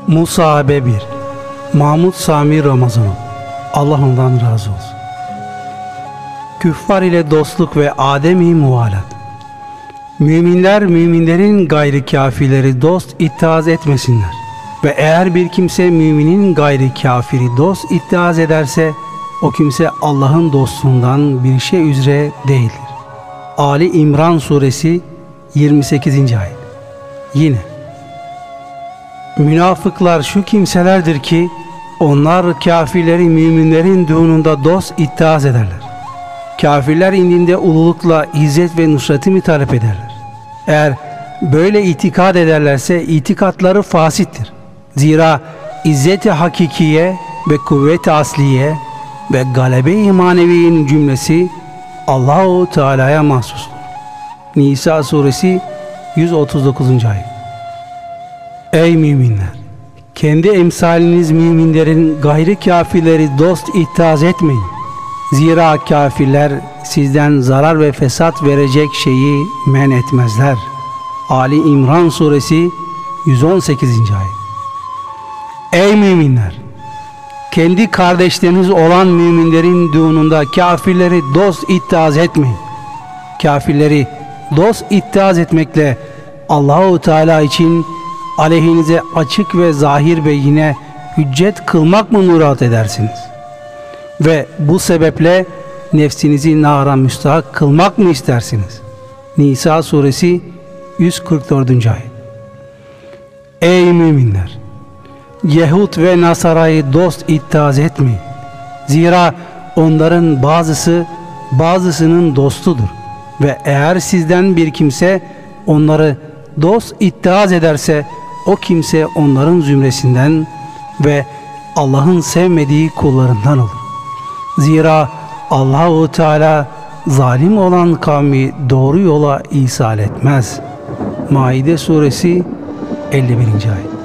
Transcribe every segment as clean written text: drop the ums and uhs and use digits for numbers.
Musahabe 1. Mahmud Sami Ramazanov, Allah ondan razı olsun. Küffar ile dostluk ve ademi muvalat. Müminler müminlerin gayri kafirleri dost ittihaz etmesinler. Ve eğer bir kimse müminin gayri kafiri dost ittihaz ederse o kimse Allah'ın dostluğundan bir şey üzere değildir. Ali İmran suresi 28. ayet. Yine münafıklar şu kimselerdir ki onlar kafirleri müminlerin düğününde dost ittihaz ederler. Kafirler indinde ululukla izzet ve nusreti mi talep ederler? Eğer böyle itikad ederlerse itikatları fasittir. Zira izzet-i hakikiye ve kuvvet-i asliye ve galebe-i maneviyin cümlesi Allah-u Teala'ya mahsustur. Nisa suresi 139. ayet. Ey müminler! Kendi emsaliniz müminlerin gayri kafirleri dost ittihaz etmeyin. Zira kafirler sizden zarar ve fesat verecek şeyi men etmezler. Ali İmran suresi 118. ayet. Ey müminler! Kendi kardeşleriniz olan müminlerin düğününde kafirleri dost ittihaz etmeyin. Kafirleri dost ittihaz etmekle Allahu Teala için aleyhinize açık ve zahir beyine hüccet kılmak mı murat edersiniz? Ve bu sebeple nefsinizi nara müstahak kılmak mı istersiniz? Nisa suresi 144. ayet. Ey müminler! Yahud ve Nasara'yı dost ittihaz etmeyin. Zira onların bazısı bazısının dostudur. Ve eğer sizden bir kimse onları dost ittihaz ederse o kimse onların zümresinden ve Allah'ın sevmediği kullarından olur. Zira Allahu Teala zalim olan kavmi doğru yola ihsal etmez. Maide suresi 51. ayet.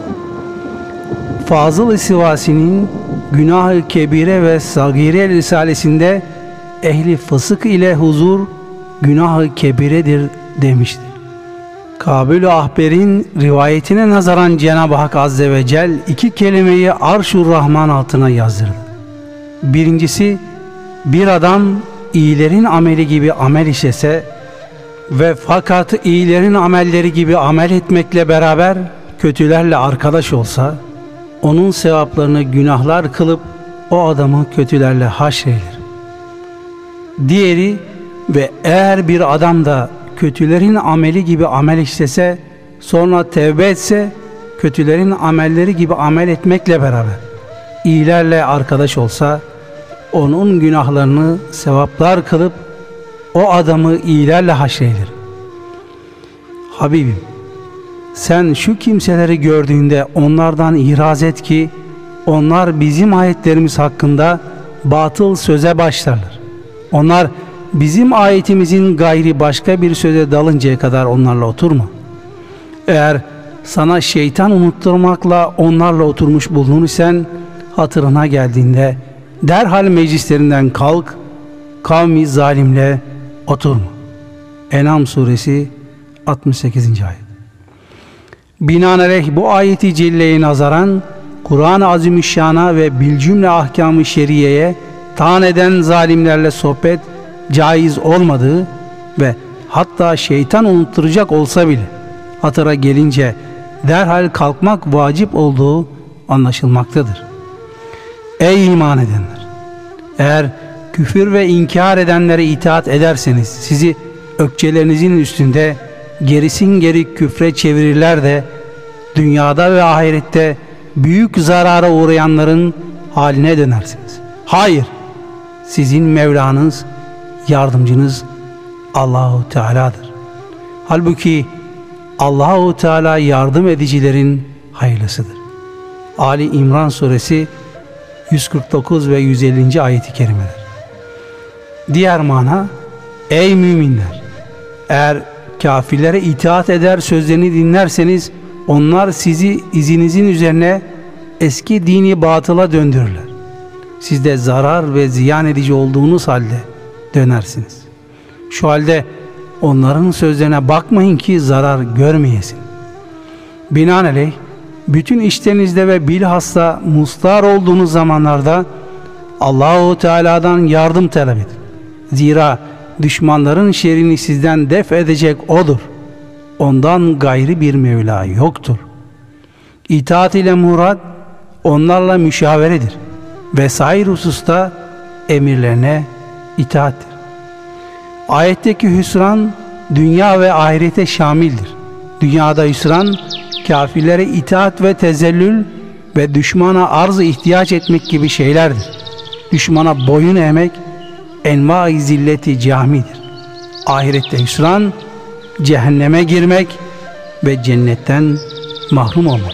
Fazıl-ı Sivasi'nin Günah-ı Kebire ve Sagire Risalesinde ehli fısık ile huzur günah-ı kebiredir demiştir. Kabul-ü Ahber'in rivayetine nazaran Cenab-ı Hak Azze ve Celle iki kelimeyi Arş-ı Rahman altına yazdırdı. Birincisi, bir adam iyilerin ameli gibi amel işlese ve fakat iyilerin amelleri gibi amel etmekle beraber kötülerle arkadaş olsa, onun sevaplarını günahlar kılıp o adamı kötülerle haşreyler. Diğeri, ve eğer bir adam da kötülerin ameli gibi amel işlese, sonra tevbe etse, kötülerin amelleri gibi amel etmekle beraber iyilerle arkadaş olsa, onun günahlarını sevaplar kılıp o adamı iyilerle haşreyler. Habibim, sen şu kimseleri gördüğünde onlardan ihraz et ki onlar bizim ayetlerimiz hakkında batıl söze başlarlar. Onlar bizim ayetimizin gayri başka bir söze dalıncaya kadar onlarla oturma. Eğer sana şeytan unutturmakla onlarla oturmuş bulunur isen hatırına geldiğinde derhal meclislerinden kalk, kavmi zalimle oturma. En'am suresi 68. ayet. Binaenaleyh bu ayeti celleye nazaran Kur'an-ı Azimüşşan'a ve bilcümle ahkam-ı şeriyeye taan eden zalimlerle sohbet caiz olmadığı ve hatta şeytan unutturacak olsa bile hatıra gelince derhal kalkmak vacip olduğu anlaşılmaktadır. Ey iman edenler! Eğer küfür ve inkar edenlere itaat ederseniz sizi ökçelerinizin üstünde gerisin geri küfre çevirirler de dünyada ve ahirette büyük zarara uğrayanların haline dönersiniz. Hayır! Sizin Mevlanız, yardımcınız Allahu Teala'dır. Halbuki Allahu Teala yardım edicilerin hayırlısıdır. Ali İmran suresi 149 ve 150. ayet-i kerimeler. Diğer mana, ey müminler! Eğer kafirlere itaat eder sözlerini dinlerseniz onlar sizi izinizin üzerine eski dini batıla döndürürler. Siz de zarar ve ziyan edici olduğunuz halde dönersiniz. Şu halde onların sözlerine bakmayın ki zarar görmeyesin. Binaenaleyh bütün işlerinizde ve bilhassa mustar olduğunuz zamanlarda Allahu Teala'dan yardım talep edin. Zira düşmanların şerrini sizden def edecek O'dur. Ondan gayrı bir Mevla yoktur. İtaat ile murad onlarla müşaveredir. Vesair hususta emirlerine itaattir. Ayetteki hüsran dünya ve ahirete şamildir. Dünyada hüsran kafirlere itaat ve tezellül ve düşmana arz-ı ihtiyaç etmek gibi şeylerdir. Düşmana boyun eğmek enva-i zilleti camidir. Ahirette hüsran cehenneme girmek ve cennetten mahrum olmak.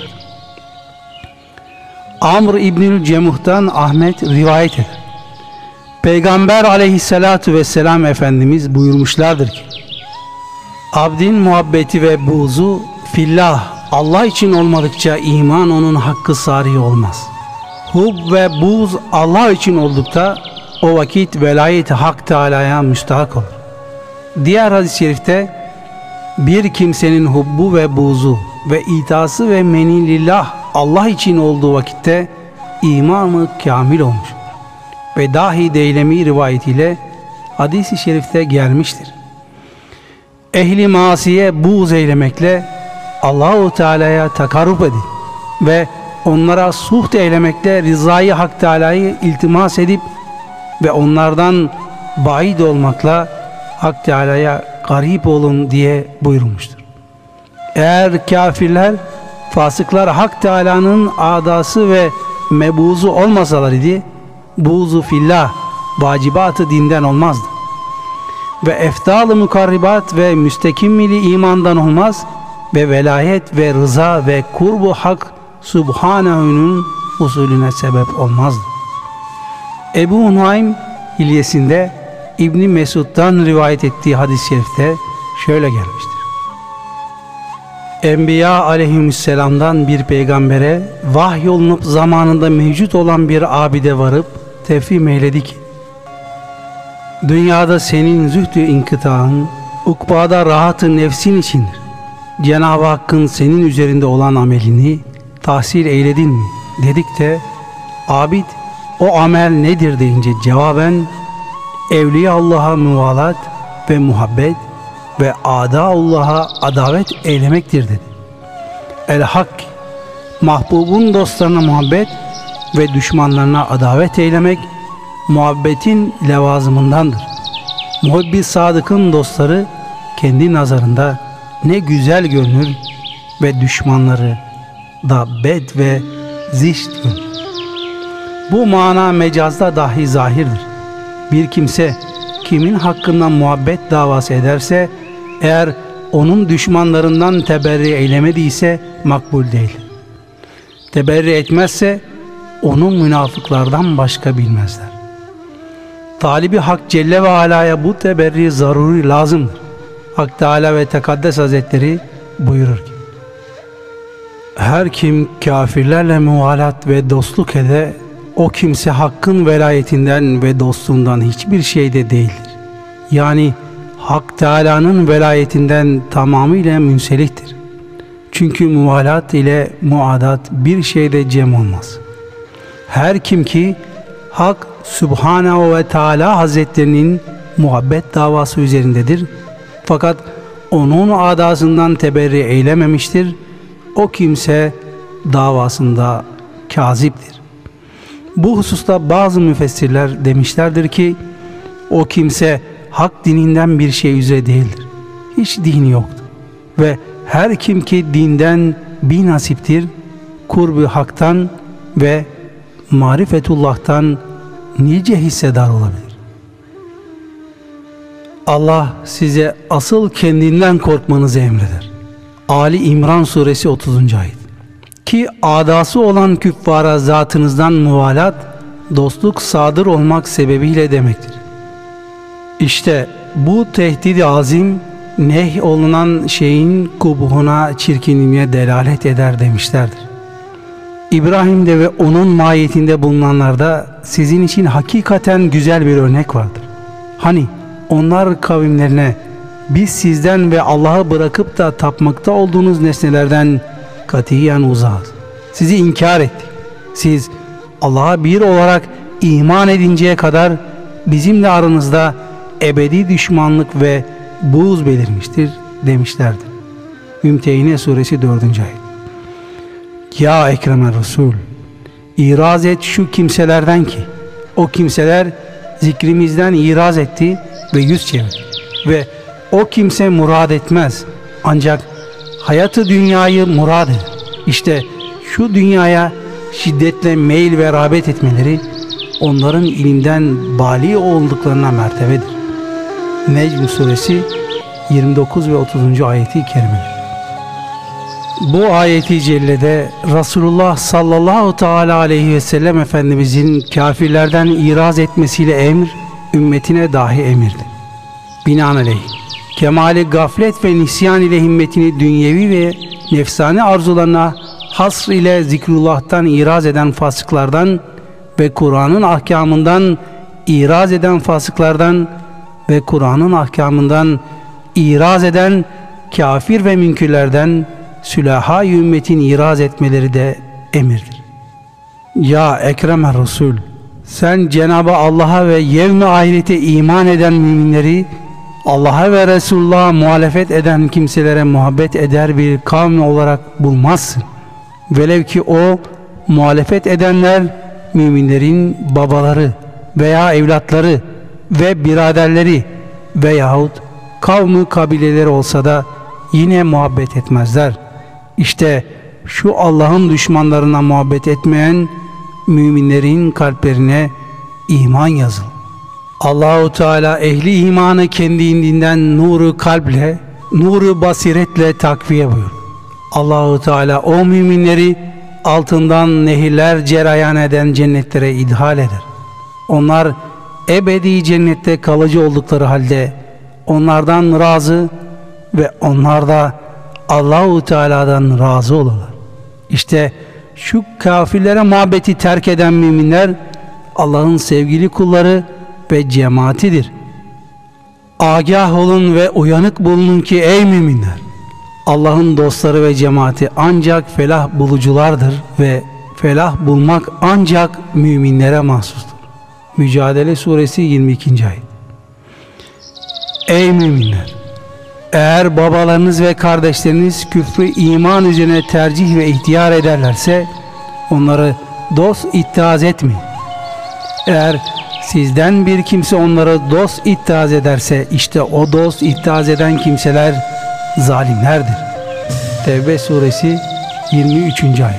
Amr İbnül Cemuh'tan Ahmet rivayet eder. Peygamber aleyhissalatu vesselam Efendimiz buyurmuşlardır ki, abdin muhabbeti ve buğzu fillah, Allah için olmadıkça iman onun hakkı sari olmaz. Hub ve buğz Allah için oldukta o vakit velayet-i Hak Teala'ya müstahak olur. Diğer hadis-i şerifte bir kimsenin hubbu ve buğzu ve itası ve menilillah Allah için olduğu vakitte imanı kamil olmuş. Ve dahi Deylemi rivayetiyle hadis-i şerifte gelmiştir. Ehli masiye buğz eylemekle Allahu Teala'ya takarrub edin ve onlara suht eylemekle rızayı Hak Teala'yı iltimas edip ve onlardan baid olmakla Hak Teala'ya garip olun diye buyurmuştur. Eğer kafirler, fasıklar Hak Teala'nın adası ve mebuzu olmasalar idi, buğzu fillah, vacibatı dinden olmazdı. Ve efdal-ı mukarribat ve müstekimili imandan olmaz ve velayet ve rıza ve kurbu hak Subhanehu'nun usulüne sebep olmazdı. Ebu Nuaym Hilyesinde İbni Mesud'dan rivayet ettiği hadis-i şerifte şöyle gelmiştir. Enbiya aleyhisselamdan bir peygambere vahyolunup zamanında mevcut olan bir abide varıp tefhim eyledi ki, dünyada senin zühdü inkıtağın, ukbada rahat-ı nefsin içindir. Cenab-ı Hakk'ın senin üzerinde olan amelini tahsil eyledin mi? Dedik de abid o amel nedir deyince cevaben Evliya Allah'a muvalat ve muhabbet ve Âdâullah'a adavet eylemektir dedi. El-Hak, mahbubun dostlarına muhabbet ve düşmanlarına adavet eylemek muhabbetin levazımındandır. Muhibbi sadıkın dostları kendi nazarında ne güzel görünür ve düşmanları da bed ve zişt görünür. Bu mana mecazda dahi zahirdir. Bir kimse kimin hakkında muhabbet davası ederse, eğer onun düşmanlarından teberri eylemediyse makbul değil. Teberri etmezse onu münafıklardan başka bilmezler. Talibi Hak Celle ve Ala'ya bu teberri zaruri lazımdır. Hak Teala ve Tekaddes Hazretleri buyurur ki, her kim kafirlerle muvalat ve dostluk ede, o kimse Hakk'ın velayetinden ve dostluğundan hiçbir şeyde değildir. Yani Hak Teala'nın velayetinden tamamıyla münselihtir. Çünkü muvalat ile muadat bir şeyde cem olmaz. Her kim ki Hak Subhanahu ve Teala Hazretlerinin muhabbet davası üzerindedir, fakat onun adasından teberri eylememiştir, o kimse davasında kaziptir. Bu hususta bazı müfessirler demişlerdir ki, o kimse hak dininden bir şey üzere değildir. Hiç dini yoktur. Ve her kim ki dinden bir nasiptir, kurb-ı haktan ve marifetullah'tan nice hissedar olabilir. Allah size asıl kendinden korkmanızı emreder. Ali İmran suresi 30. ayet. Ki adası olan küffara zatınızdan muvalat, dostluk sadır olmak sebebiyle demektir. İşte bu tehdid-i azim, neh olunan şeyin kubuhuna, çirkinliğine delalet eder demişlerdir. İbrahim'de ve onun mahiyetinde bulunanlarda sizin için hakikaten güzel bir örnek vardır. Hani onlar kavimlerine, biz sizden ve Allah'ı bırakıp da tapmakta olduğunuz nesnelerden katiyen uzağız. sizi inkar ettik. Siz Allah'a bir olarak iman edinceye kadar bizimle aranızda ebedi düşmanlık ve buğz belirmiştir demişlerdi. Mümtehine suresi 4. ayet. Ya Ekrem Resul, İraz et şu kimselerden ki o kimseler zikrimizden iraz etti ve yüz çevirdi. Ve o kimse murad etmez, ancak hayatı dünyayı murad eder. İşte şu dünyaya şiddetle meyil ve rağbet etmeleri onların ilimden bali olduklarına mertebedir. Necm suresi 29 ve 30. ayeti kerime. Bu ayeti cellede Resulullah sallallahu teala aleyhi ve sellem Efendimizin kafirlerden iraz etmesiyle emir, ümmetine dahi emirdi. Binaenaleyh kemali gaflet ve nisyan ile himmetini dünyevi ve nefsani arzularına hasr ile zikrullah'tan iraz eden fasıklardan ve Kur'an'ın ahkamından iraz eden fasıklardan ve Kur'an'ın ahkamından iraz eden kafir ve münkirlerden sülaha-i ümmetin iraz etmeleri de emirdir. Ya Ekrem Resul, sen Cenab-ı Allah'a ve yevmi ahirete iman eden müminleri Allah'a ve Resulullah'a muhalefet eden kimselere muhabbet eder bir kavmi olarak bulmazsın. Velev ki o muhalefet edenler müminlerin babaları veya evlatları ve biraderleri veyahut kavmi kabileleri olsa da yine muhabbet etmezler. İşte şu Allah'ın düşmanlarına muhabbet etmeyen müminlerin kalplerine iman yazıl. Allahu Teala ehli imanı kendi indiğinden nuru kalple, nuru basiretle takviye buyur. Allahu Teala o müminleri altından nehirler cereyan eden cennetlere idhal eder. Onlar ebedi cennette kalıcı oldukları halde onlardan razı ve onlar da Allahu Teala'dan razı olurlar. İşte şu kafirlere muhabbeti terk eden müminler Allah'ın sevgili kulları ve cemaatidir. Agah olun ve uyanık bulunun ki ey müminler, Allah'ın dostları ve cemaati ancak felah buluculardır ve felah bulmak ancak müminlere mahsustur. Mücadele suresi 22. ayet. Ey müminler! Eğer babalarınız ve kardeşleriniz küfrü iman üzerine tercih ve ihtiyar ederlerse onları dost ittihaz etmeyin. Eğer sizden bir kimse onları dost ittihaz ederse işte o dost ittihaz eden kimseler zalimlerdir. Tevbe suresi 23. ayet.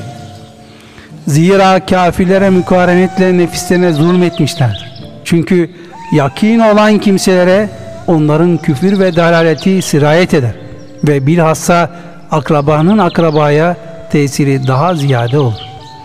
Zira kafirlere mukarenetle nefislerine zulmetmişlerdir. Çünkü yakin olan kimselere onların küfür ve dalaleti sirayet eder ve bilhassa akrabanın akrabaya tesiri daha ziyade olur.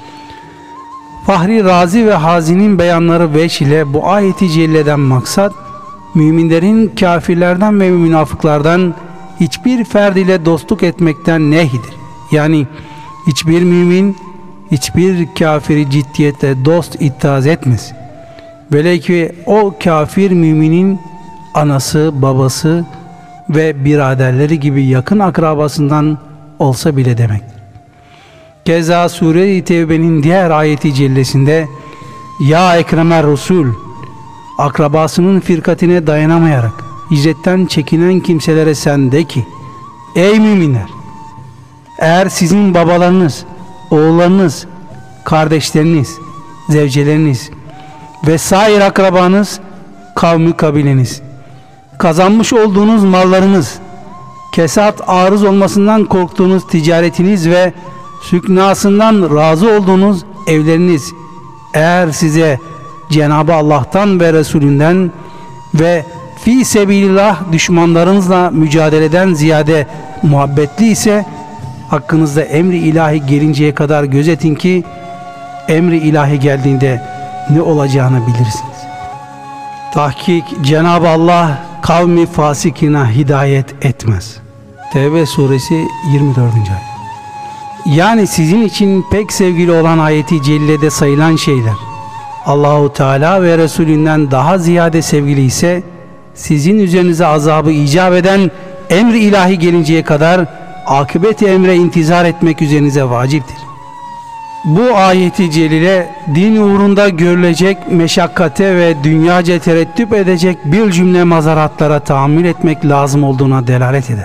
Fahri Razi ve Hazi'nin beyanları veç ile bu ayeti celleden maksat, müminlerin kafirlerden ve münafıklardan hiçbir ferd ile dostluk etmekten nehidir. Yani hiçbir mümin, hiçbir kafiri ciddiyetle dost ittihaz etmez. Velev ki o kafir müminin anası, babası ve biraderleri gibi yakın akrabasından olsa bile demektir. Keza Sure-i Tevbe'nin diğer ayeti cellesinde Ya Ekrem Resul, akrabasının firkatine dayanamayarak hicretten çekinen kimselere sen de ki ey müminler, eğer sizin babalarınız, oğullarınız, kardeşleriniz, zevceleriniz vesaire akrabanız, kavmi kabileniz, kazanmış olduğunuz mallarınız, kesat arız olmasından korktuğunuz ticaretiniz ve süknasından razı olduğunuz evleriniz eğer size Cenab-ı Allah'tan ve Resulünden ve fi sebilillah düşmanlarınızla mücadeleden ziyade muhabbetli ise hakkınızda emri ilahi gelinceye kadar gözetin ki emri ilahi geldiğinde ne olacağını bilirsiniz. Tahkik Cenab-ı Allah kavmi fasikina hidayet etmez. Tevbe suresi 24. ayet. Yani sizin için pek sevgili olan ayeti cellede sayılan şeyler Allahu Teala ve Resulünden daha ziyade sevgili ise sizin üzerinize azabı icap eden emri ilahi gelinceye kadar akıbet-i emre intizar etmek üzerinize vaciptir. Bu ayeti celile din uğrunda görülecek meşakkate ve dünyaca tereddüt edecek bir cümle mazaratlara tahammül etmek lazım olduğuna delalet eder.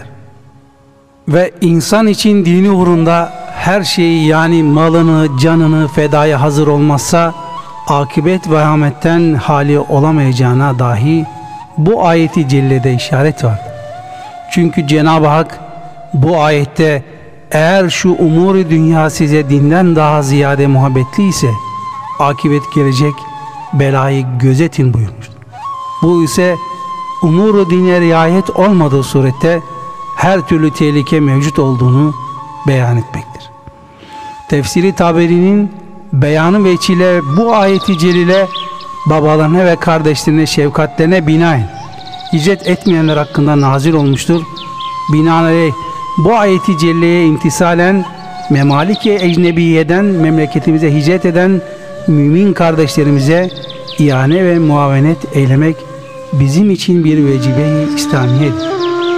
Ve insan için dini uğrunda her şeyi, yani malını, canını fedaya hazır olmazsa akıbet vehametten hali olamayacağına dahi bu ayeti cellede işaret var. Çünkü Cenab-ı Hak bu ayette eğer şu umur-i dünya size dinden daha ziyade muhabbetli ise akıbet gelecek belayı gözetin buyurmuştur. Bu ise umur-u dine riayet olmadığı surette her türlü tehlike mevcut olduğunu beyan etmektir. Tefsiri Taberi'nin beyanı veçile bu ayeti celile babalarına ve kardeşlerine şefkatlerine binaen hicret etmeyenler hakkında nazil olmuştur. Binaenaleyh bu ayeti celleye imtisalen memalike ecnebiyeden memleketimize hicret eden mümin kardeşlerimize ihane ve muavenet eylemek bizim için bir vecibe-i İslamiyedir.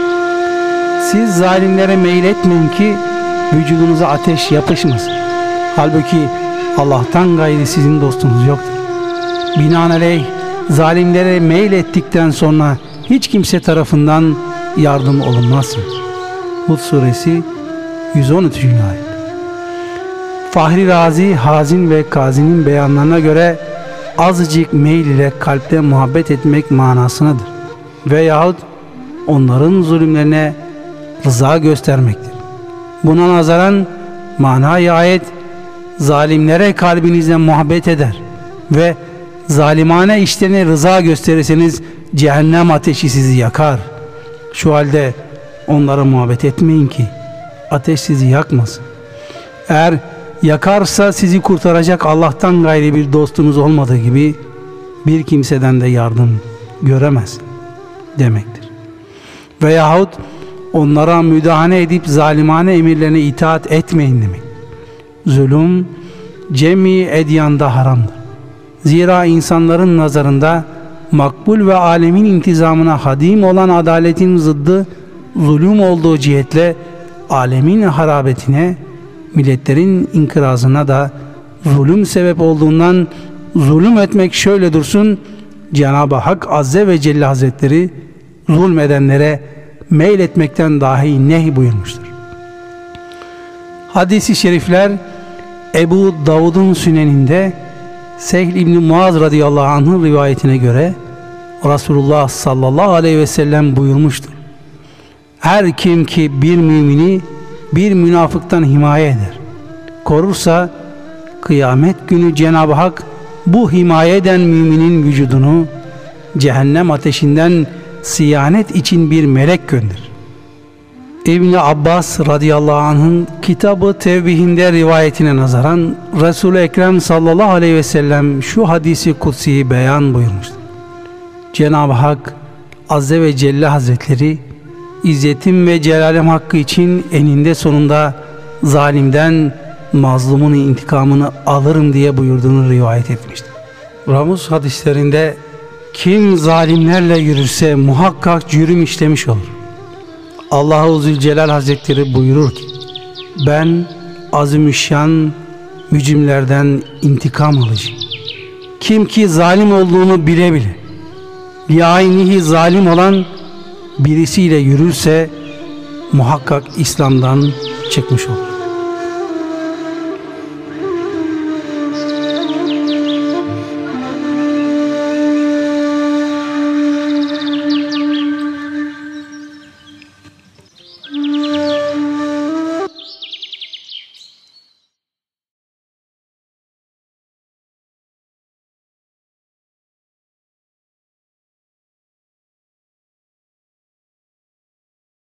Siz zalimlere meyletmeyin ki vücudunuza ateş yapışmasın. Halbuki Allah'tan gayri sizin dostunuz yoktur. Binaenaleyh zalimlere meylettikten sonra hiç kimse tarafından yardım olunmazsınız. Hud suresi 113. ayet. Fahri Razi, Hazin ve Kazi'nin beyanlarına göre azıcık meyil ile kalpte muhabbet etmek manasınadır. Veyahut onların zulümlerine rıza göstermektir. Buna nazaran manayı ayet zalimlere kalbinizle muhabbet eder ve zalimane işlerine rıza gösterirseniz cehennem ateşi sizi yakar. Şu halde onlara muhabbet etmeyin ki ateş sizi yakmasın. Eğer yakarsa sizi kurtaracak Allah'tan gayri bir dostunuz olmadığı gibi bir kimseden de yardım göremez demektir. Veyahut onlara müdahale edip zalimane emirlerine itaat etmeyin demek. Zulüm cemi edyanda haramdır. Zira insanların nazarında makbul ve alemin intizamına hadim olan adaletin zıddı zulüm olduğu cihetle alemin harabetine, milletlerin inkırazına da zulüm sebep olduğundan zulüm etmek şöyle dursun, Cenab-ı Hak Azze ve Celle Hazretleri zulmedenlere meyletmekten dahi nehy buyurmuştur. Hadis-i şerifler Ebu Davud'un Süneninde Sehl İbni Muaz radıyallahu anh'ın rivayetine göre Resulullah sallallahu aleyhi ve sellem buyurmuştur. Her kim ki bir mümini bir münafıktan himaye eder, korursa kıyamet günü Cenab-ı Hak bu himaye eden müminin vücudunu cehennem ateşinden siyanet için bir melek gönderir. İbni Abbas radıyallahu anh'ın Kitab-ı Tevbihinde rivayetine nazaran Resul-i Ekrem sallallahu aleyhi ve sellem şu hadisi kutsiyi beyan buyurmuştur. Cenab-ı Hak Azze ve Celle Hazretleri İzzetim ve celalim hakkı için eninde sonunda zalimden mazlumun intikamını alırım diye buyurduğunu rivayet etmiştir. Ramus hadislerinde kim zalimlerle yürürse muhakkak cürüm işlemiş olur. Allah-u Zülcelal Hazretleri buyurur ki ben azimüşşan mücrimlerden intikam alacağım. Kim ki zalim olduğunu bile bile liaynihi zalim olan birisiyle yürürse muhakkak İslam'dan çıkmış olur.